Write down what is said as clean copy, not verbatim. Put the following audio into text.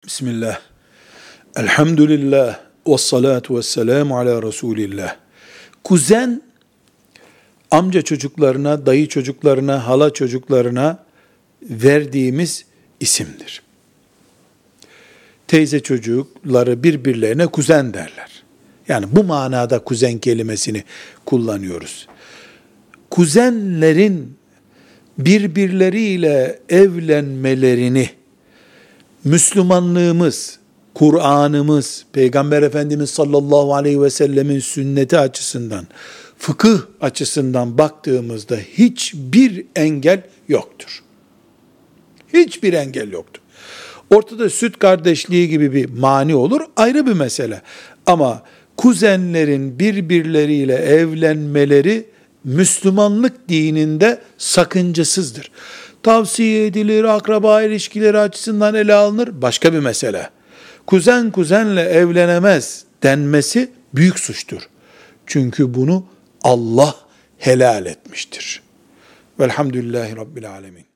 Bismillah. Elhamdülillah. Ve salatu ve selamu ala Resulillah. Kuzen, amca çocuklarına, dayı çocuklarına, hala çocuklarına verdiğimiz isimdir. Teyze çocukları birbirlerine kuzen derler. Yani bu manada kuzen kelimesini kullanıyoruz. Kuzenlerin birbirleriyle evlenmelerini Müslümanlığımız, Kur'an'ımız, Peygamber Efendimiz sallallahu aleyhi ve sellemin sünneti açısından, fıkıh açısından baktığımızda hiçbir engel yoktur. Hiçbir engel yoktur. Ortada süt kardeşliği gibi bir mani olur, ayrı bir mesele. Ama kuzenlerin birbirleriyle evlenmeleri Müslümanlık dininde sakıncasızdır. Tavsiye edilir, akraba ilişkileri açısından ele alınır, başka bir mesele. Kuzen kuzenle evlenemez denmesi büyük suçtur. Çünkü bunu Allah helal etmiştir. Velhamdülillahi Rabbil Alemin.